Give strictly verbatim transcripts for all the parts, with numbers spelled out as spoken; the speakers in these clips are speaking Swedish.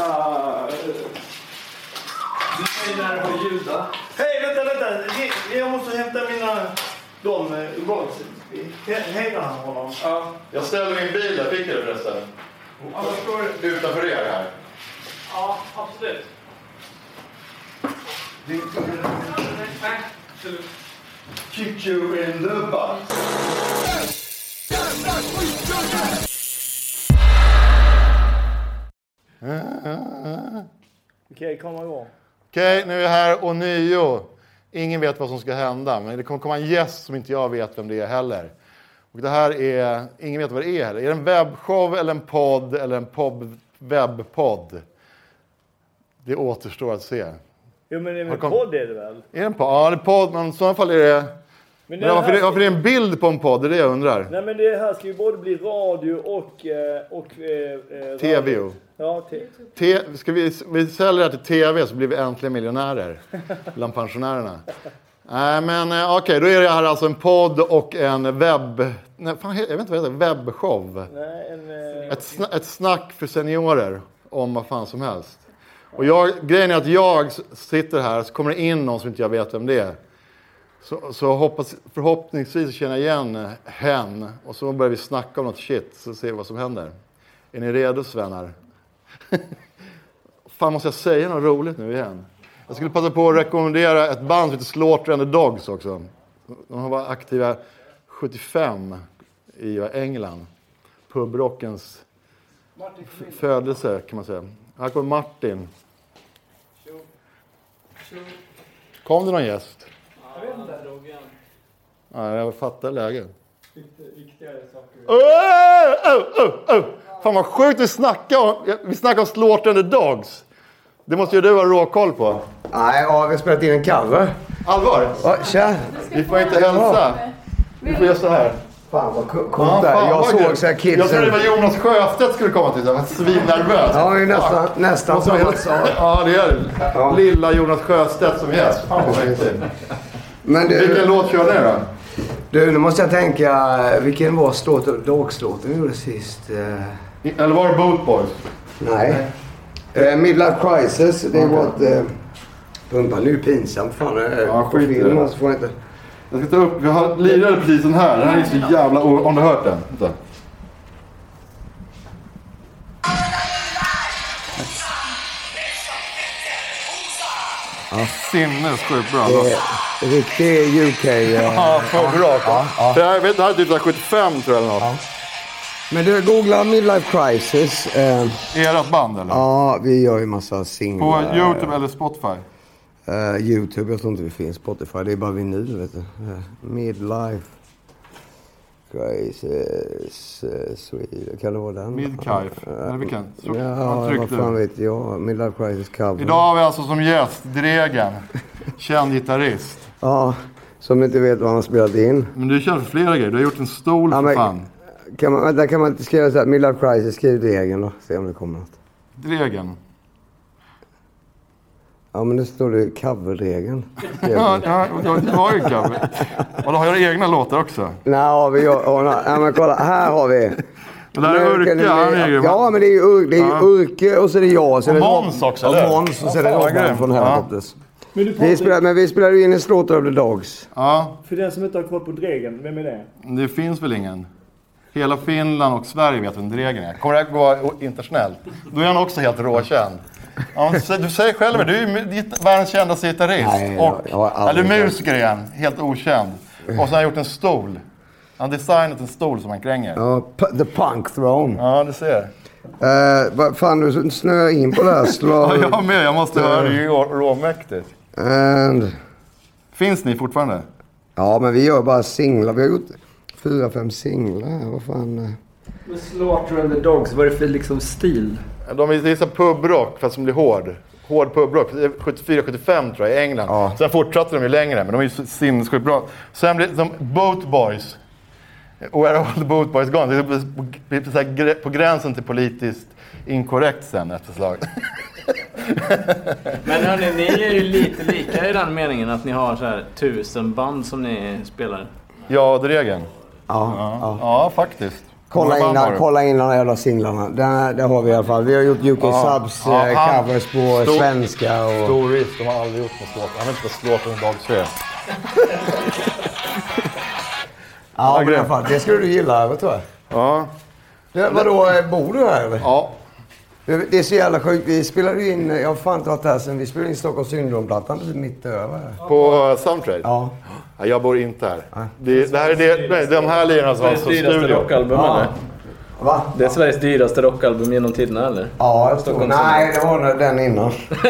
jävla... Du säger när du har ljud, va? Hej, vänta, vänta. Jag måste hämta mina... De golv. Hänger han honom? Ja. Jag ställer min bil där. Fick du det förresten? Ja, vad står det? Utanför er här. Ja, absolut. Det är inte... Nej, absolut. Kick you in the butt. Okej, komma igång. Okej, nu är jag här och nio. Ingen vet vad som ska hända, men det kommer komma en gäst som inte jag vet vem det är heller. Och det här är, ingen vet vad det är heller. Är det en webbshow eller en podd eller en pop, webbpodd? Det återstår att se. Jo, men en kom... podd är det väl? Är det en podd? Ja, det är en podd, men i så fall är det... Men det men varför, det, varför är det en bild på en podd? Det är det jag undrar. Nej, men det här ska ju både bli radio och... och eh, T V. Ja, t- T- ska vi, vi säljer det till tv så blir vi äntligen miljonärer bland pensionärerna. Nej, äh, men okej, okay, då är det här alltså en podd och en webb... Nej, fan, jag vet inte vad det heter. Webbshow. Nej, en, eh... ett, sna- ett snack för seniorer om vad fan som helst. Och jag, grejen är att jag sitter här så kommer det in någon som inte jag vet vem det är. Så, så hoppas, förhoppningsvis känner jag igen hen. Och så börjar vi snacka om något shit så ser vi vad som händer. Är ni redo, svennar? Fan, måste jag säga något roligt nu igen? Jag skulle passa på att rekommendera ett band som heter Slaughter and the Dogs också. De var aktiva sjuttiofem i England. Pubrockens f- födelse kan man säga. Här kommer Martin. Kom det någon gäst? Jag vet inte. Ja, jag fattar läget. Viktigare saker. Oh, oh, oh, oh. Fan vad sjukt vi snackar om. Vi snackar om Slaughter and the Dogs. Det måste ju du ha råkoll på. Nej, ja, vi har spelat in en cover. Allvar? Ja, tja. Vi får inte hälsa. Vi får göra så här. Fan vad coolt Ja, där. fan, Jag vad såg gud. så här kidsen. Jag trodde det var Jonas Sjöstedt skulle komma till. Jag var svinnervös. Ja, det är nästan, nästan Måste samma vi- sak. Ja, det är det. Ja. Lilla Jonas Sjöstedt som gäst. Fan vad mäktigt. Men Vilken du, låt kör ni då? du, nu måste jag tänka. Vilken var slåt, dagslåten vi gjorde sist? Eh, Eller var det Boat Boys? nej. Eh, Midlife Crisis. Det var ett... Eh, pumpa, nu är det pinsamt. Fan, eh, Ja, på skit i filmen det. så får jag inte... Jag ska ta upp, vi har lirade precis den här. Den här är så jävla... o- Om du har hört den? Vänta. Ja, sinnessjukt bra. Det är riktig U K... Eh, Ja, för bra. ja, ja. För jag vet, det här är typ så här sjuttiofem tror jag eller något. Ja. Men du, googla Midlife Crisis. Eh, Ert band eller? ja, vi gör ju massa På singlar. YouTube eller Spotify? Uh, YouTube, jag tror inte vi finns. Spotify, det är bara vinyl, vet du. Uh, Midlife Crisis uh, Sweden, kan det vara den? Midlife, Uh, eller vilken? Så, ja, tryck vad du. fan vet jag. Midlife Crisis cover. Idag har vi alltså som gäst Dregen, känd gitarrist. Ja, som inte vet vad han har spelat in. Men du kör för flera grejer, du har gjort en stol Ja, för men- fan. Kan man, vänta, kan man inte skriva så här, Midlife Crisis, skriv det egen då. Se om det kommer något. Dregen. Ja, men det står det coverregeln. Ja, ja, jag har ju cover. Och då har jag egna låtar också. Nej, vi gör... Oh, nej. Ja, men kolla, här har vi... Det där är Nu kan Urke, det han bli- är ju... Ja, men det är ju Ur, det är ju Ja. Urke och så är det jag. Så Och är det Måns Rob- också, Ja, eller? Måns och så är det Ja, fan, Robban grym. från Ja. Helicopters. Men du Vi pratar, spelar, men vi spelar ju in i Slaughter of the Dogs. Ja, för den som inte har koll på Dregen, vem är det? det finns väl ingen. Hela Finland och Sverige vet vem Dregen är. Kommer det att gå internationellt? Då är han också helt råkänd. Ja, men du säger själv, du är ju världens kändaste gitarrist. Nej, jag- och, jag har aldrig eller varit- musiker igen, helt okänd. Och så har han gjort en stol. Han har designat en stol som han kränger. Ja, p- The Punk Throne. Ja, du ser. Uh, vad fan, du snöar in på det här. Ja, Slå... jag med. Jag måste höra. Det är ju råmäktigt. And... Finns ni fortfarande? Ja, men vi gör bara singlar. Vi har gjort fyra, fem singlar. Vad fan... eh. Men Slaughter and the Dogs, vad är det för liksom stil? De är, det är så pubrock fast som blir hård. Hård pubrock. sjuttiofyra sjuttiofem tror jag i England. Ja. Sen fortsatte de ju längre, men de är ju så sinnessjukt bra. Sen blir de Boat Boys. Where are all the Boat Boys gone? Det blir på, så här, gre- på gränsen till politiskt inkorrekt sen ett förslag. Men hörni, ni är ju lite lika i den meningen att ni har så här tusen band som ni spelar. Ja, Dregen. Ja, Ja, ja. ja faktiskt. Kolla in, har du? kolla in de jävla singlarna. Där, där har vi i alla fall. Vi har gjort U K Ja. Subs Ja, eh, han- covers på Stor- svenska. Och... Stor risk, de har aldrig gjort med slåt. Han har inte slåt en dag tre. Ja, men i grymt. alla fall. Det skulle du gilla, vad tror jag. Ja. Det, vadå, eh, bor du här eller? Ja. Det det är så jävla sjukt. Vi spelade ju in, jag har fan inte varit här sen, vi spelade in Stockholms syndromplattan precis mitt över här. På Soundtrade? Ja. Ja, jag bor inte här. Det, det här är det, nej, de här lirarna som har Sveriges dyraste studio. rockalbum Ja. eller? Va? Det är Sveriges dyraste rockalbum genom tiderna eller? Ja, jag tror, Stockholms nej, det var nog den innan.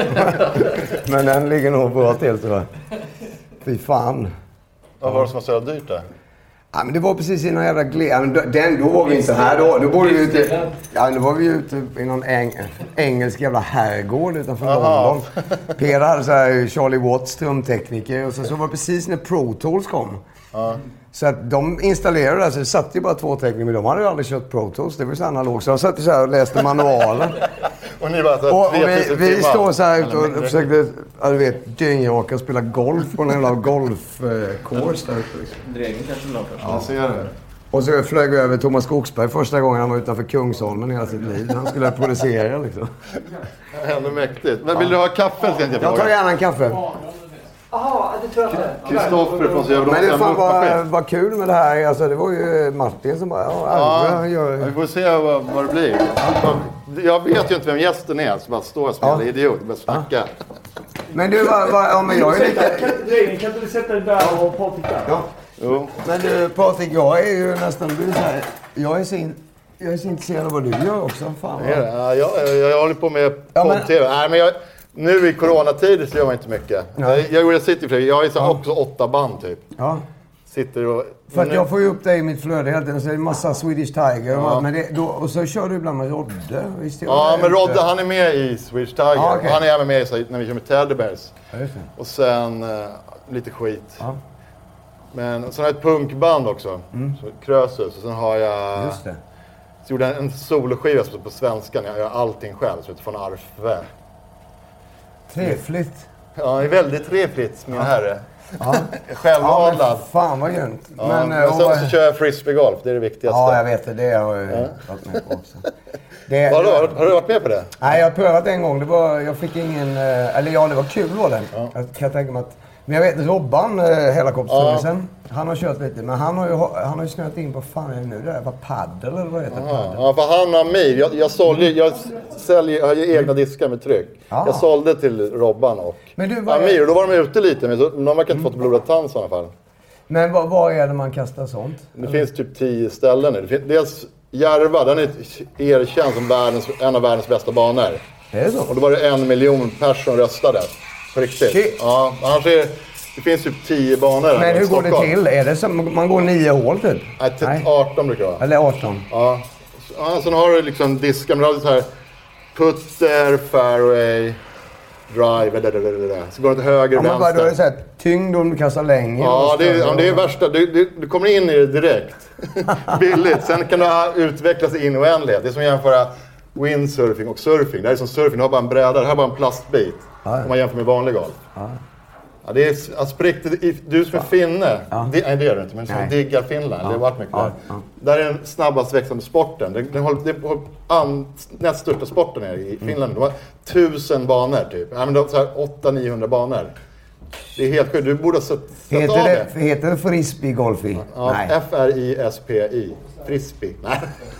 Men den ligger nog bra till tror jag. Fy fan. Vad var det som var så jävla dyrt där? Ja, men det var precis i någon jävla gle... Ja, men då, den, då var vi inte här. Då, då, var vi ute, ja, då var vi ute i någon eng, engelsk jävla herrgård utanför Aha. London. Per hade så här Charlie Watts trumtekniker och sen så var det precis när Pro Tools kom. Ja. Så att de installerade det, så det satt ju bara två tekniker, men de hade ju aldrig kört Pro Tools. Det var så analogt. Så de satt ju så här och läste manualen. Och ni bara så Och, och tre vi, tusen vi timmar. står så här ute Eller och mindre. försökte, ja, du vet, dyngraka och spela golf på en jävla golfkurs där ute. Liksom. Dregen kanske la först. Jag ser det. Och så flög vi över Thomas Skogsberg första gången han var utanför Kungsholmen hela sitt liv. Han skulle producera liksom. Ändå mäktigt. Men vill du ha kaffe? Ska jag Jag tar gärna en kaffe. Jaha, det tror jag inte. Kristoffer från så jävla Men det fan var, maskin. var kul med det här. Alltså, det var ju Martin som bara, ja, Ja, Arve gör... vi får se vad, vad det blir. Jag vet ju inte vem gästen är, så bara står jag som en Ja. jävla idiot och börjar snacka. Men du, vad, vad, ja men jag är lite... Kan, kan du sätta dig där och Patrik där? Ja. Jo. Men du Patrik, jag är ju nästan, du är så här, jag är så, in, jag är så intresserad av vad du gör också. Fan, Är det? Ja, jag, jag, jag håller på med Ja, men- podd-tv. Nej, men jag, nu i coronatider så gör man inte mycket. Jag, jag gjorde City, jag är så också åtta band typ. Ja. Sitter och... För att jag får ju upp dig i mitt flöde hela tiden. Så det är en massa Swedish Tiger. Ja. Men det, då, och så kör du ibland med Rodde. Visst gör Ja, det? men Rodde han är med i Swedish Tiger. Ja, okej. Han är även med i, så, när vi kör med Teddy Bears. Ja, just det. Och sen eh, lite skit. Ja. Men sen har jag ett punkband också. Så, Krösus. Och sen har jag... Just det. Så gjorde jag en soloskiva på svenska. Jag gör allting själv. Så utifrån Arfe. Trevligt. Ja, det är väldigt trevligt, min herre. Ja. Självavlad. Ja, men fan vad grymt. Ja, Men, men eh, sen och- så kör jag frisbeegolf, det är det viktigaste. Ja, jag vet det. Det har jag ju varit med på också. Det, Vadå, har, har du varit med på det? Nej, jag har prövat en gång. Det var, jag fick ingen... eh, Eller ja, det var kul var det. Ja. Jag kan tänka mig att... Men jag vet, Robban, eh, Helikoptersen, han har kört lite. Men han har ju, han har ju snöat in på, fan är det nu? Det där var paddel eller vad heter det? Ja, Paddel. ja, för han har mig. Jag, jag, sålde, jag säljer, jag har ju egna diskar med tryck. Ja. Jag sålde till Robban och Men du, vad är- Amir. Och då var de ute lite, men så, de verkar inte fått blodad tand i sådana fall. Men vad, vad är det man kastar sånt? Det finns typ tio ställen nu. Det finns, dels Järva, den är erkänd som världens, en av världens bästa banor. Är det så? Och då var det en miljon personer röstade. På riktigt. Shit. Ja, annars är det finns typ tio banor här Men i hur går det Stockholm. till? Är det som, man går nio hål typ? Nej, till arton brukar det vara. Eller arton? Ja. Ja, sen har du liksom diskar, men du har så här putter, fairway, drive, där, där, där, där. Så går det till höger, Ja, men vad, då är det vänster. så här, tyngd om du kastar längre? Ja, och det är, större ja, det är och- värsta. Du, du, du kommer in i det direkt. Billigt. Sen kan du utvecklas in i oändlighet. Det är som att jämföra windsurfing och surfing. Det här är som surfing, du har bara en bräda, det här är bara en plastbit. Ja, ja. Om man jämför med vanlig golf. Ja. Ja, det är, alltså på riktigt, du som är finne, Ja. det, nej det gör du inte, men som Nej. diggar Finland, det har varit mycket Ja, där. ja. Där är den snabbast växande sporten. Den, den håller, det är an, näst största sporten är i Finland. De har tusen banor typ. Ja, men de har så här åtta till niohundra banor. Det är helt sjukt, du borde ha sett, sett av Heter det. det, heter det frisbee-golf i? Ja, Nej. F R I S P I. Frisbee. Nej.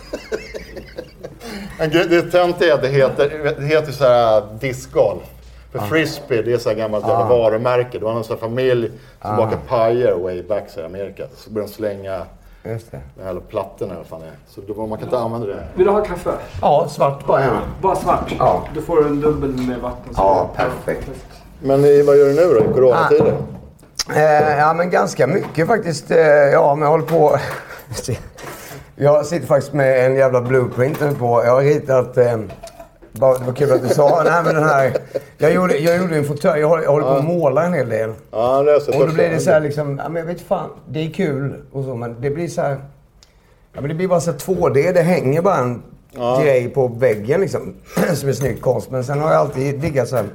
Men gre- det töntiga är att det heter, det heter så här discgolf. För frisbee, det är så här gammalt jävla varumärke. Det var någon sån här familj som bakade pajer way back i Amerika. Så började de slänga Just det. de här plattorna, vad fan det är. Så då, var- man kan inte använda det. Vill du ha kaffe? Ja, svart bara gärna. Bara svart? Ja. Du får en dubbel med vatten. Ja, perfekt. Men eh, vad gör du nu då, i coronatider? Eh, ja, men ganska mycket faktiskt. Eh, ja, men jag håller på... jag sitter faktiskt med en jävla blueprint nu på. Jag har ritat... Eh, bara, det var kul att du sa. Nej, men den här... Jag gjorde, jag gjorde en fåtölj. Jag, håller- jag håller på att måla en hel del. Ja, det är så. Och då blir det så här liksom... Ja, men jag vet fan. Det är kul och så, men det blir så här... Ja, men det blir bara så här två D. Det hänger bara en Ja. grej på väggen liksom. Som är snygg konst. Men sen har jag alltid diggat så här...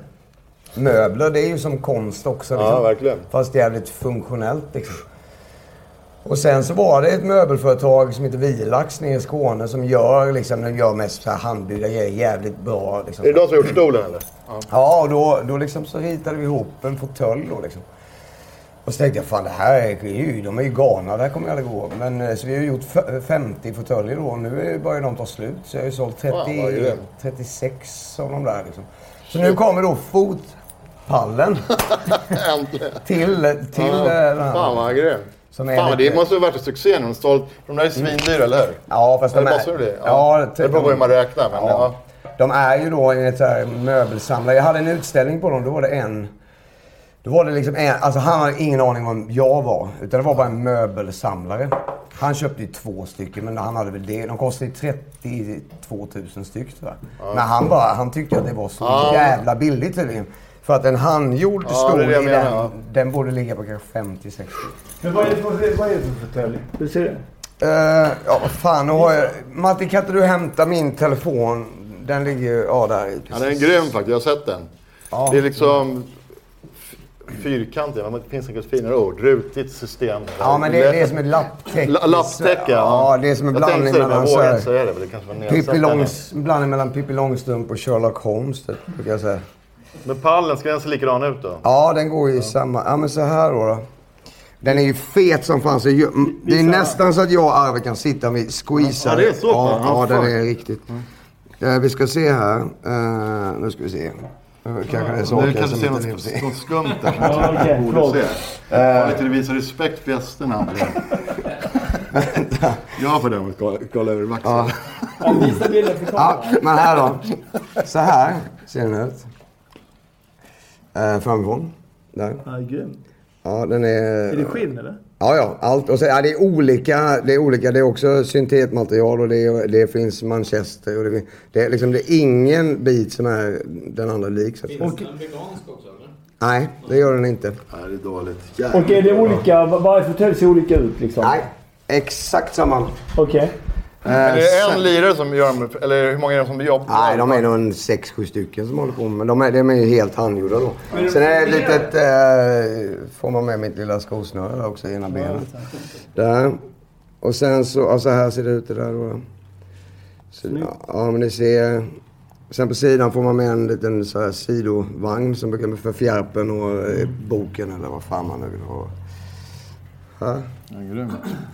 Möbler, det är ju som konst också. Liksom. Ja, verkligen. Fast jävligt funktionellt liksom. Och sen så var det ett möbelföretag som heter Vilax nere i Skåne som gör liksom, de gör mest så här handbyggda grejer jävligt bra. Liksom. Är det de som har gjort stolen eller? Ja, ja och då, då liksom så ritade vi ihop en fåtölj då liksom. Och så tänkte jag, fan det här är ju, de är ju galna, det här kommer jag aldrig gå. Men så vi har gjort femtio fåtöljer då och nu börjar de ta slut. Så jag har ju sålt trettio, wow, trettiosex av de där liksom. Så nu kommer då fotpallen till, till ja, den här. Fan vad grym. Fan, lite... det måste ha varit en succé när de sålt. De där är svindyra, eller hur? Ja, fast de är... Det? Ja, ja, det beror på hur man räknar. Men ja. Ja. De är ju då en så här möbelsamlare. Jag hade en utställning på dem, då var det en... Då var det liksom en... Alltså han hade ingen aning om vem jag var. Utan det var bara en möbelsamlare. Han köpte ju två stycken, men han hade väl det. De kostade trettiotvå tusen styck, tror jag. Ja. Men han bara, han tyckte att det var så ja. jävla billigt tydligen. För att en handgjord ja, stol i den, ja. den borde ligga på kanske femtio sextio. Men vad är det för, vad är det för fåtölj? Hur ser det? Uh, ja, vad fan. Nu har jag... Matti, kan inte du hämta min telefon? Den ligger ju ja, där. Ja, den är grym faktiskt. Jag har sett den. Ja. Det är liksom... Fyrkantig, men det finns inget finare ord. Rutigt system. Ja, men det är, det är som ett lapptäcke. Lapptäcke, ja. Ja, det är som en blandning mellan så här... Så är det, det kanske var Pippi Långs, blandning mellan Pippi Långstrump och Sherlock Holmes, det brukar jag säga. Men pallen, ska den se likadan ut då? Ja, den går ju i samma... Ja, men så här då. då. Den är ju fet som fan. Så jag, det är nästan så att jag och Arve kan sitta med squeezar. Ja, det är så. Ja, ja, den är riktigt. Mm. Uh, vi ska se här. Uh, nu ska vi se. Kanske det är saker nu kanske som se inte något, se. något skumt där som jag ja, okay, borde se. Uh, lite visa respekt för gästerna. Jag får den att kolla över maxen. Ja. Ja, visa bilder för ja, men här då. Så här ser den ut. Uh, framifrån. Där. Ja, grym. Ja, den är... Är det skinn eller? Ja, ja. Allt. Och så, ja, det är olika. Det är olika. Det är också syntetmaterial och det, är, det finns manchester. Och det, det, är liksom, det är ingen bit som är den andra lik. Så. Finns den vegansk också eller? Nej, det gör den inte. Nej, det är dåligt. Jävlar. Och är det olika, varje fåtölj ser olika ut liksom? Nej, exakt samma. Okej. Okay. Men är det en lirare som gör dem, eller hur många är det som jobbar? Nej, de är nog en sex sju stycken som håller på med. Men de är, de är ju helt handgjorda då. Sen är det ett litet, eh, får man med mitt lilla skosnöre där också i ena benet. Där. Och sen så, ja, så här ser det ut det där då. Så, ja, men det ser... Sen på sidan får man med en liten så här sidovagn som brukar med för fjärpen och eh, boken eller vad fan man nu vill ha. Här. Ja, grymt.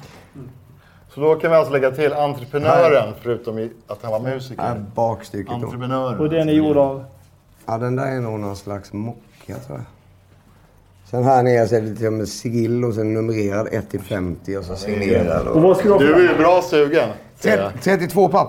Så då kan vi alltså lägga till entreprenören, förutom i att han var musiker. Ja, bakstycket då. Entreprenören. Och den är gjord av? Ja, den där är nog någon slags mocka, tror jag. Sen här nere så är det lite med sigill och sen numrerad ett till femtio och så signerad. Och vad ska du, du är ju bra sugen. trettiotvå papp.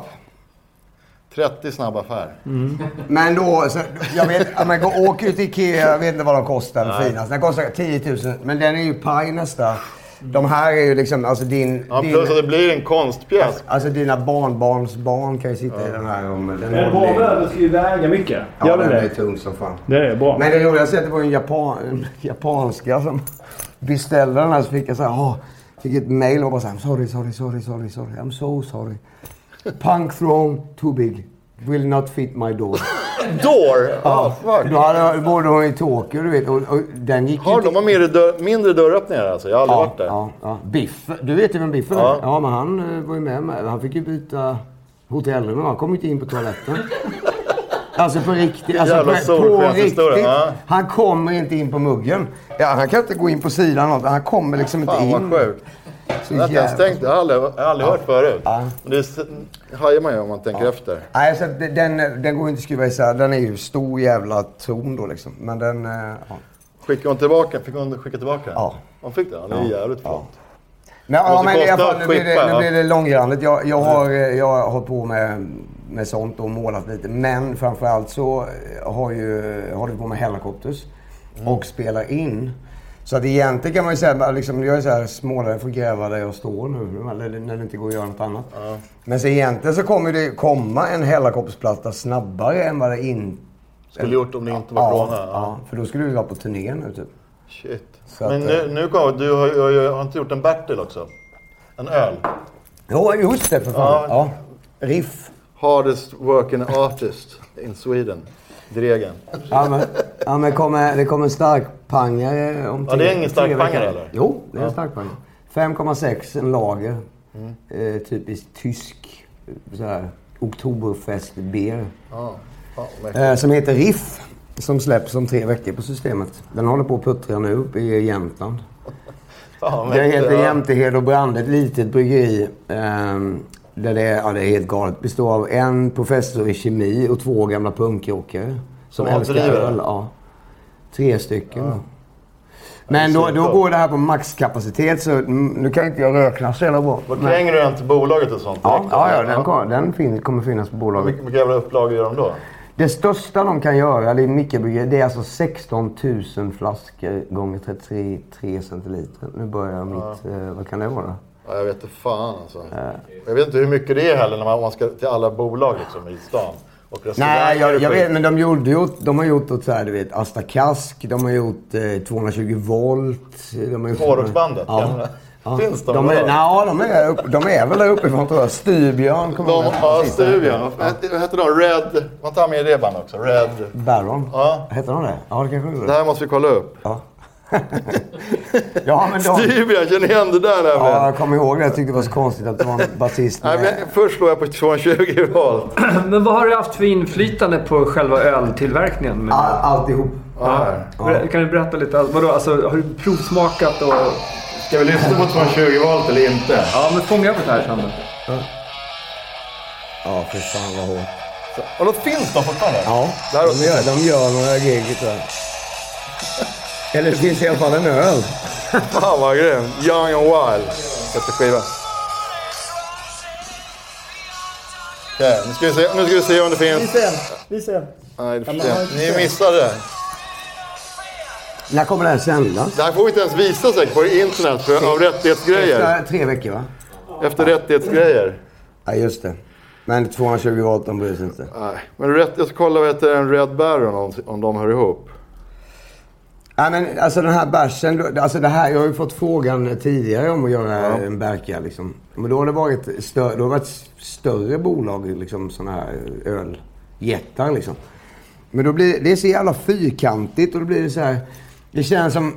trettio snabb affär. Mm. Men då, så, jag vet, om man går åker ut i Ikea, jag vet inte vad de kostar, finast. Den kostar tio tusen, men den är ju paj nästa. De här är ju liksom, alltså din... Ja, din, plus att det blir en konstpjäs. Alltså dina barnbarns barn kan ju sitta ja. i den här. Om, den men bra möbler ska ju väga mycket. Ja, Gör den det? är tung som fan. Det är bra. Men det roligaste är att det var en, japan, en japanska som beställde den här, så fick jag så här, åh, fick ett mail och bara så här, sorry, sorry, sorry, sorry, sorry, I'm so sorry. Punk throne, too big. Will not fit my door. Door? Ja, oh, fuck. Då hade, bodde hon i Tokyo, du vet. Och, och den gick har de har mindre, dörr, mindre dörröppningar alltså? Jag har aldrig ja, varit där. Ja, ja. Biff. Du vet ju vem Biff är? Ja. Ja, men han uh, var ju med mig. Han fick ju byta hotellrum. Han kom inte in på toaletten. Alltså på riktigt. Alltså jävla på, på riktigt. Ja. Han kommer inte in på muggen. Ja, han kan inte gå in på sidan. Något. Han kommer liksom inte fan, in. Fan vad sjukt. Det är stängt. Jag har aldrig, jag har aldrig ja. hört förut. Ja. Det hajar man ju om man tänker ja. efter. Nej, så den, den går inte att skruva isär. Den är ju stor jävla ton då liksom. Men den... Ja. Skickade hon tillbaka? Fick hon skicka tillbaka den? Ja. Hon fick den? Det är ja. jävligt flott. Ja. Men, ja, men i alla fall, nu blir det, nu blir det långgrandet. Jag, jag, har, jag har hållit på med, med sånt och målat lite. Men framförallt så har, ju, har du på med Hellacopters mm. och spelar in. Så att egentligen kan man ju säga, liksom, jag är så här smålare för att gräva där jag står nu, eller när det inte går att göra något annat. Ja. Men så egentligen så kommer det komma en Hellacoptersplatta snabbare än vad det inte... Skulle gjort om det inte var ja, från här. Ja. ja, för då skulle du vara på turné nu typ. Shit. Så men att, nu, nu kommer du har, jag, har inte gjort en battle också? En öl? Jo, just det för fan. Ja. Ja. Riff. Hardest working artist in Sweden. Dregen. Ja, men, ja, men kommer, det kommer en stark pangare om ja, det är ingen stark pangare eller? Jo, det är ja. en stark pangare. fem komma sex en lager. Mm. Eh, typiskt tysk. Så här, Oktoberfest-beer. Ja. Eh, som heter Riff. Som släpps om tre veckor på systemet. Den håller på att puttra nu uppe i Jämtland. Ja, det heter ja. Jämtehed och Brand, ett litet bryggeri. Eh, där det, är, ja, det är helt galet. Består av en professor i kemi och två gamla punkrockare. Som älskar öl. Ja. Tre stycken. Ja. Men då, då går det här på maxkapacitet, så nu kan inte jag rökna så jävla bra. Vad kränger du den till bolaget och sånt? Ja, ja, ja, den, kom, den fin, kommer finnas på bolaget. Hur mycket jävla upplagor gör de då? Det största de kan göra, det är mikrobryggeri, det är alltså sexton tusen flaskor gånger trettiotre centiliter. Nu börjar jag mitt, ja. eh, vad kan det vara? Ja, jag vet inte fan alltså. Äh. Jag vet inte hur mycket det är heller när man, man ska till alla bolag liksom i stan. Nej, jag, jag vet, men de, gjorde, de har gjort åt så här, du vet, Asta Kask, de har gjort eh, tvåhundratjugo volt. Hårdrocksbandet? Ja. Ja. Finns de? De är, na, de, är upp, de är väl där uppifrån tror jag. Styrbjörn kommer de, ja, Styrbjörn. Vad heter de? Red... Man tar med i det bandet också. Red... Baron? Ja. Heter de det? Ja, det kanske är det. här måste vi kolla upp. Ja. Ja, men de... Styrbjörn, känner igen det där nämligen. Ja, jag kommer ihåg det. Jag tyckte det var så konstigt att det var en basist med... Nej, men först slår jag på tvåhundratjugo volt. Men vad har du haft för inflytande på själva öltillverkningen? All, alltihop. Ja. Ja. Kan du berätta lite? Vadå, alltså, har du provsmakat och... Ska vi lyssna på tvåhundratjugo volt eller inte? Ja, men fånga upp det här sen. Ja, ja för fan vad hårt. Och då finns de fortfarande? Ja, de gör, de gör några gig där. Eller det finns i alla fall en öl. Fan vad grym. Young and Wild. Heter skiva. Okej, nu ska vi se, nu ska vi se om det finns... Vi ser. Vi ser. Nej, det finns Ni missade det. När kommer det här sändas? Det här får vi inte ens visa sig på internet för, av rättighetsgrejer. Efter tre veckor va? Efter rättighetsgrejer. Ja just det. Men tvåhundratjugo volt de bryr sig inte. Nej, men rätt, jag ska kolla vad heter en Red Baron om, om de hör ihop. Ja men alltså den här bärsen, alltså det här, jag har ju fått frågan tidigare om att göra ja. en bärka liksom. Men då har det varit större, då har det varit större bolag liksom, såna här öljättar liksom. Men då blir det är så jävla fyrkantigt och då blir det så här, det känns som,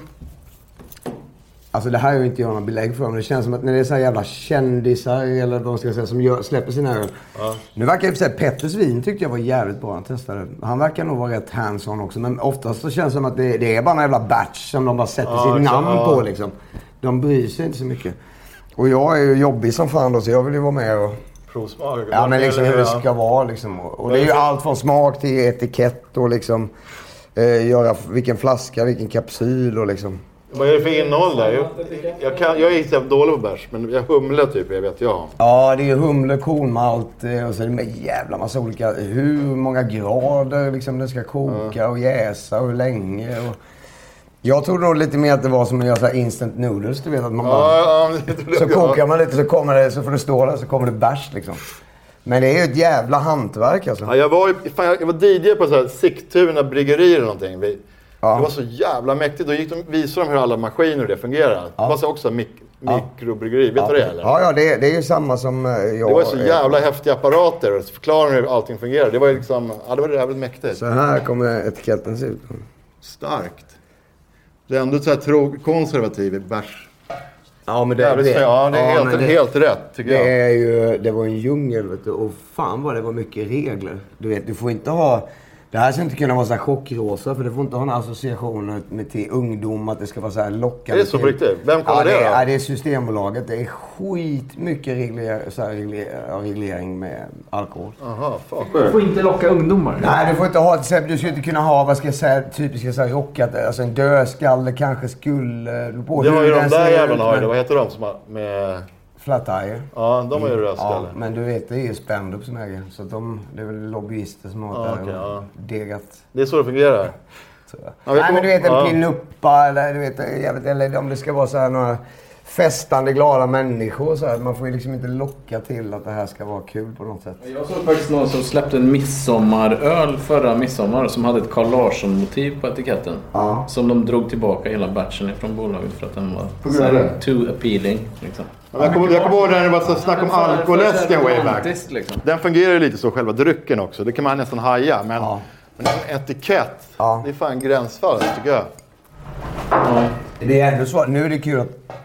alltså det här är ju inte jag någon belägg för, men det känns som att när det är så här jävla kändisar eller vad man ska säga som gör, släpper sina öl. Ja. Nu verkar det för sig, Petters vin tyckte jag var jävligt bra, han testade. Han verkar nog vara rätt hands-on också, men oftast så känns det som att det, det är bara en jävla batch som de bara sätter ja, sitt namn ja. på liksom. De bryr sig inte så mycket. Och jag är ju jobbig som fan då, så jag vill ju vara med och... Provsmak. Ja, men liksom hur det ska vara liksom. Och det är ju allt från smak till etikett och liksom eh, göra vilken flaska, vilken kapsyl och liksom. Vad är det för innehåll där? Jag, jag, kan, jag är inte dålig på bärs, men jag humle typ, jag vet jag. Ja, det är humle, kornmalt och så är det med jävla massa olika, hur många grader liksom det ska koka och jäsa och hur länge och... Jag trodde nog lite mer att det var som att göra så här instant noodles, du vet att man bara... Ja, ja, så kokar man lite så kommer det, så får det stå där så kommer det bärs liksom. Men det är ju ett jävla hantverk alltså. Ja, jag var, fan, jag var D J på så här Sigtuna bryggeri eller någonting. Vi, ja. Det var så jävla mäktigt. Då gick de, visade de hur alla maskiner och det fungerar. Ja. Det var så också mik, mikrobryggeri, vet ja. du det eller? Ja, ja det, det är ju samma som jag... Det var så jävla häftiga apparater och så förklarar hur allting fungerar. Det var ju liksom, ja det var jävligt mäktigt. Så här kommer etiketten se ut. Starkt. Det är ändå så här tro, konservativ i bärs. Ja, men det, ja, det, ja, det är ja, helt, det, helt rätt tycker det jag. Är ju, det var en djungel vet du, och fan vad det var mycket regler. Du vet, du får inte ha... Det här ska inte kunna vara så här chockrosa för det får inte ha en association med till ungdom att det ska vara så här lockande. Det är så på riktigt. Vem kollar ja, det? det då? Ja, det är Systembolaget. Det är skit mycket regler, så här regler, reglering med alkohol. Aha, fuck. Du får inte locka ungdomar. Nej, du får inte ha, du ska inte kunna ha, vad ska jag säga, typiska så här rockat, alltså en dödskalle kanske skulle... På det har ju de där jävlarna har ju, vad heter de som har med... Flat Tire. Ja, de har ju rödskalle. Ja, men du vet, det är ju Spendup som äger. Så att de, det är väl lobbyister som har ja, där okay, och ja. degat. Det är så det fungerar. Så. Ja, nej, men du vet, en ja. pinuppa eller du vet, jag vet, eller om det ska vara så här några festande, glada människor. Så här. Man får ju liksom inte locka till att det här ska vara kul på något sätt. Jag såg faktiskt någon som släppte en midsommaröl förra midsommar som hade ett Carl Larsson-motiv på etiketten. Ja. Som de drog tillbaka hela batchen ifrån bolaget för att den var så här, too appealing. Liksom. Ja, jag kommer kom ihåg när det var så snack om alkoläsken way back. Liksom. Den fungerar ju lite så, själva drycken också. Det kan man nästan haja. Men, ja. men en etikett, ja. det är fan gränsfall tycker jag. Ja. Det är ändå så. Nu är det kul att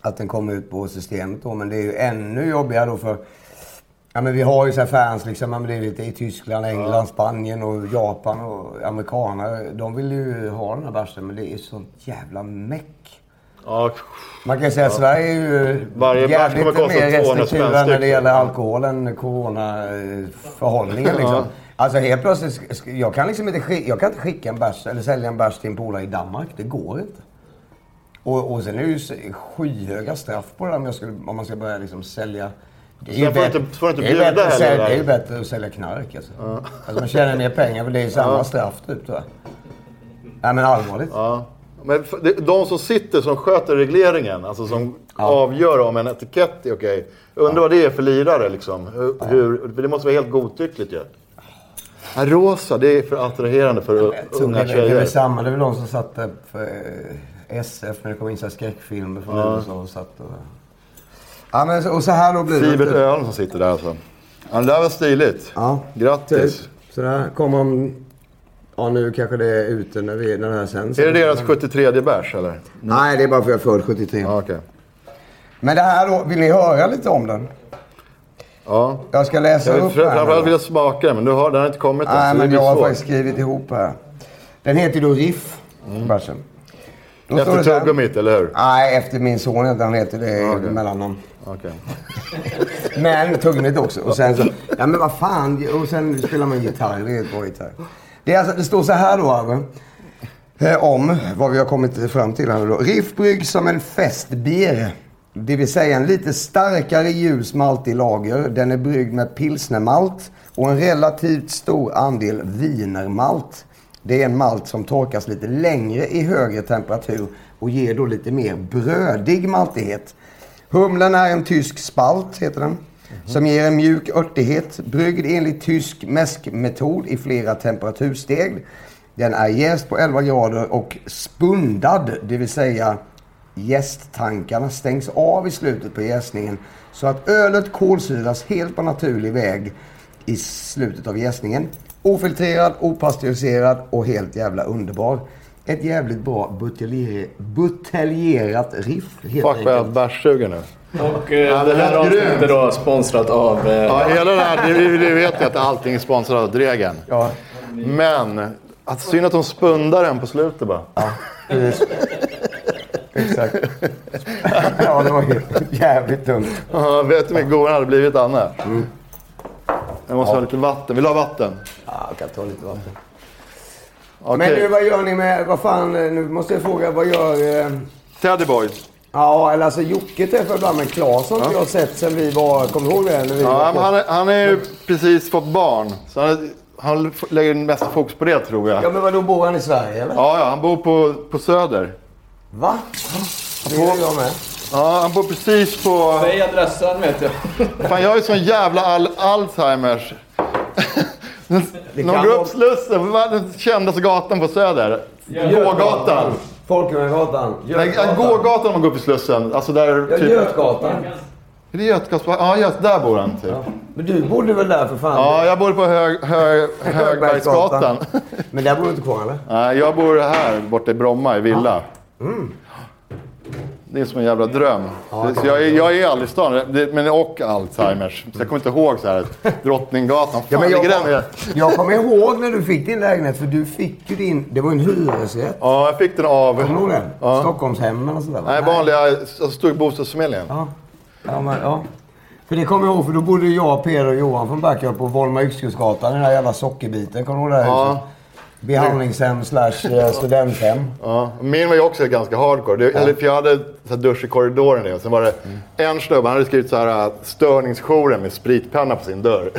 att den kommer ut på systemet då. Men det är ju ännu jobbigare då för... Ja, men vi har ju så här fans liksom, men det är lite i Tyskland, England, ja. Spanien och Japan och amerikaner. De vill ju ha den här bärsen, men det är sånt jävla meck. Ja. Man kan säga att ja. Sverige är ju Varje jävligt mer restriktiva när det gäller alkoholen, coronaförhållningen liksom. Ja. Alltså helt plötsligt, jag kan liksom inte skicka, jag kan inte skicka en bärs eller sälja en bärs till en polare i Danmark. Det går inte. Och, och sen är det ju skyhöga straff på det där om, jag skulle, om man ska börja liksom sälja. Det är ju bättre, inte, får inte det är bättre, att sälja, det är bättre att sälja knark alltså. Ja. Alltså man tjänar mer pengar, men det är samma ja. straff typ tror jag. Nej men allvarligt. Ja. Men de som sitter som sköter regleringen, alltså som ja. avgör om en etikett är okej. Undrar ja. vad det är för lirare liksom. Hur, ja. hur, för det måste vara helt godtyckligt ju. Ja. Ja, rosa, det är för attraherande för ja, unga tjejer. Det är väl samma, det är väl de som satt för S F när det kom in så här skräckfilmer från ja. U S A och satt och... Ja, men och så här då blir det... Sivert Öl som sitter där alltså. Ja, det där var stiligt. Ja. Grattis. Typ. Så där kommer de... Ja, nu kanske det är ute när, vi, när det här sänds. Är det deras sjuttiotredje bärs, eller? Nej, det är bara för att jag är född sjuttiotre. Ja, okej. Okay. Men det här då, vill ni höra lite om den? Ja. Jag ska läsa jag upp här. Framförallt vill jag smaka den, men du har, den har inte kommit än. Nej, men jag har faktiskt skrivit ihop här. Den heter då Riff, mm. bärsen. Då efter tuggummit, eller hur? Nej, efter min son, han heter det okay. mellannamn. Okej. Okay. Men tuggummit också. Och sen så, ja men vad fan, och sen spelar man gitarr, det är ett bra gitarr. Det, är alltså, det står så här då, Arve, om vad vi har kommit fram till här då. Riff bryggs som en festbier. Det vill säga en lite starkare ljus maltig lager. Den är bryggd med pilsnermalt och en relativt stor andel wienermalt. Det är en malt som torkas lite längre i högre temperatur och ger då lite mer brödig maltighet. Humlen är en tysk spalt, heter den, mm-hmm. som ger en mjuk örtighet. Bryggd enligt tysk mäskmetod i flera temperatursteg. Den är jäst på elva grader och spundad, det vill säga jästtankarna stängs av i slutet på jäsningen så att ölet kolsyras helt på naturlig väg i slutet av jäsningen. Ofiltrerad, opastöriserad och helt jävla underbar. Ett jävligt bra buteljer, buteljerat riff. Fuck vad jag är bärssugen nu. Och eh, det här avsnittet är då sponsrat av... Eh... Ja, hela det här, det, det vet jag att allting är sponsrat av Dregen. Ja. Men, att synd att de spundar den på slutet bara. Ja, exakt. Ja, det var jävligt dumt. Ja, vet du hur mycket godare hade blivit annars? Mm. Jag måste ja. ha lite vatten. Vill du ha vatten? Ja, jag kan ta lite vatten. Okay. Men nu, vad gör ni med... Vad fan, nu måste jag fråga, vad gör... Eh... Teddy Boys. Ja, eller alltså Jocke träffade ibland med Claes som ja. jag har sett sen vi var... Kommer du ihåg det? När vi ja, men han är, han är ju precis fått barn. Så han, han lägger mest fokus på det, tror jag. Ja, men vad då bor han i Sverige, eller? Ja, ja, han bor på, på Söder. Va? Det gör jag med. Ja, han bor precis på... Säg adressen, vet jag. Fan, jag är sån jävla all Alzheimers. Någon går upp Slussen, den kändaste gatan på Söder. Gågatan. Folkungagatan. Gågatan om man går upp i Slussen. Alltså där... Ja, typ... Götgatan. Är det Götgatan? Ja, just där bor han typ. Ja. Men du bodde väl där för fan? Ja, jag bor på hög, hög, Högbergsgatan. Men där bor du inte kvar, eller? Nej, jag bor här borta i Bromma i villa. Mm. Det är som en jävla dröm. Ja, så jag, är, jag är aldrig i stan, men och Alzheimers. Så jag kommer inte ihåg så här Drottninggatan. Fan, ja, men jag, jag, jag kommer ihåg när du fick din lägenhet, för du fick ju din... Det var en hyresrätt. Ja, jag fick den av... Kommer du ihåg den? Ja. Stockholmshemmen och sådär. Nej, vanliga... Alltså, stod i bostadsförmedlingen. Ja. Ja, men, ja. För det kommer jag ihåg, för då bodde jag, Peder och Johan från Backup på Volmar Yxkullsgatan, den där jävla sockerbiten. Kommer du ihåg det här ja. huset? Behandlingshem slash studenthem. Ja, min var ju också ganska hardcore. Det, ja. Eller för jag hade så här dusch i korridoren och sen var det mm. en snubbe, han hade skrivit så här störningsjouren med spritpenna på sin dörr.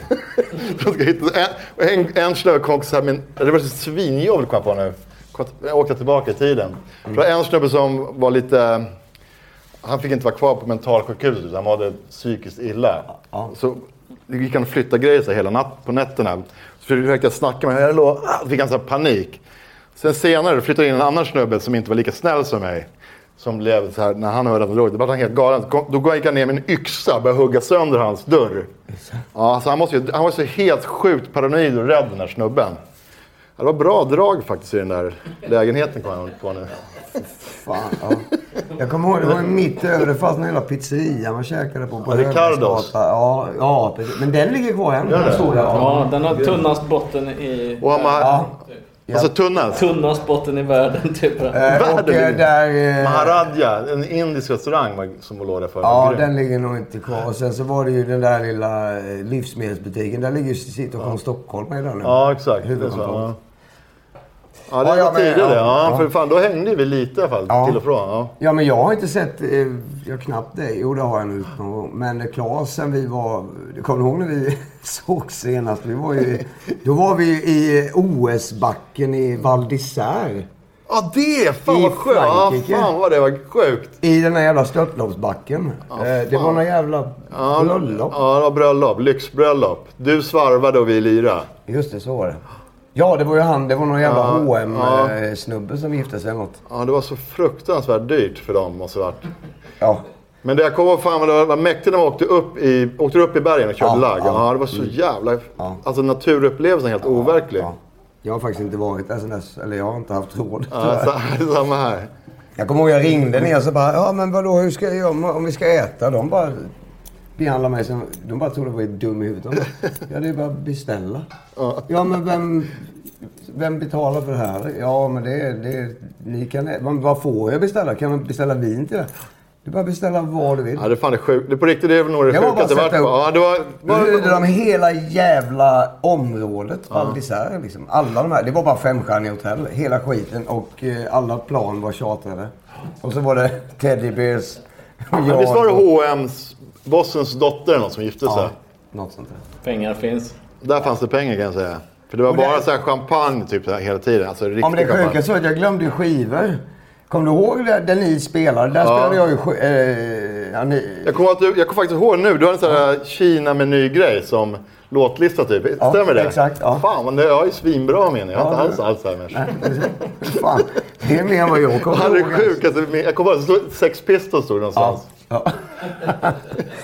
en, en, en snubbe kom också så här, men det var så svinjobbigt kom på nu. Jag åkte tillbaka i tiden. Mm. Det var en snubbe som var lite... Han fick inte vara kvar på mentalsjukhuset, han mådde psykiskt illa. Ja. Så gick han och flytta grejer så hela natt på nätterna. Så försökte jag snacka med honom, och så fick han så här panik. Sen senare flyttade in en annan snubbe som inte var lika snäll som mig. Som blev så här, när han hörde att han låg, då var han helt galen. Då gick han ner med en yxa och började hugga sönder hans dörr. Ja, så han, måste ju, han var så helt sjukt paranoid och rädd, den här snubben. Det var bra drag faktiskt i den där lägenheten på nu. Fan, ja. Jag kommer ihåg, det var mitt över, det fanns en hela pizzeria man käkade på. på Ricardos. Ja, ja, men den ligger kvar än. Ja, ja. ja, den har tunnast botten i... Och man, ja. Alltså tunnast? Tunnast botten i världen, typ. Eh, och eh, där... Eh, Maharadja, en indisk restaurang som låg där förr. Ja, den ligger nog inte kvar. Och sen så var det ju den där lilla livsmedelsbutiken. Där ligger ju Situation ja. Stockholm i den nu. Ja, exakt. Det är så, ja. Ja, det ja, var ja, tidigare. Ja, ja. För fan, då hängde vi lite i alla fall. Ja. Till och från. Ja. ja, men jag har inte sett... Eh, jag knappt det. Jo, det har jag nu. Men Claes, sen vi var... Kommer du ihåg när vi såg senast? Vi var ju, då var vi i O S-backen i Val d'Isère. Ja, det! Fan I vad sjukt! Ja, fan vad det var sjukt. I den här jävla störtloppsbacken. Ja, eh, det var någon jävla ja, bröllop. Ja, det var bröllop. Lyxbröllop. Du svarvade och vi lira. Just det, så var det. Ja, det var ju han. Det var någon jävla ja, H M-snubbe ja. som gifte sig eller något. Ja, det var så fruktansvärt dyrt för dem, måste det varit. Ja. Men det jag kommer ihåg, fan vad det var mäktigt när man åkte upp i, åkte upp i bergen och körde ja, lag. Ja. Ja, det var så jävla... Ja. Alltså naturupplevelsen helt ja, overklig. Ja. Jag har faktiskt inte varit där sen dess. Eller jag har inte haft råd. Ja, samma här. Jag kommer ihåg jag ringde ner och så bara, ja men vadå, hur ska jag göra om vi ska äta? De bara behandlar mig som, de bara trodde jag var dum i huvudet. De bara, ja, det är bara att beställa. Ja, ja men vem, vem betalar för det här? Ja men det är, det är ni kan, men vad får jag beställa? Kan man beställa vin till det? Du bara beställa vad du vill. Ja, det fan är sjukt. Det på riktigt det är nog det sjukaste det var. Ja, det var bara de hela jävla området Val d'Isère liksom. Alla de här, det var bara femstjärniga hotell, hela skiten och eh, alla plan var chartrade. Och så var det Teddy Bears. Men visst var det H och M's bossens dotter någon som gifte sig? Ja, något sånt där. Pengar finns. Där fanns det pengar kan jag säga. För det var och bara det... så här champagne typ så här, hela tiden. Alltså riktigt. Ja, men det sjuka så att jag glömde ju skivor. Kommer du ihåg där, där ni spelade? Där ja. spelade jag ju... Eh, ja, ni... jag, kommer att du, jag kommer faktiskt ihåg nu. Du har en sån här ja. Kina-meny-grej som låtlista typ. Ja, stämmer det? Exakt, ja. Fan, men det är ju svinbra menar jag. Jag har ja, inte alls Alzheimers. Fan, det är mer än vad jag kommer ihåg. Det är sjukt. Alltså, jag kommer ihåg att Sex Pistols stod någonstans. Ja. Ja.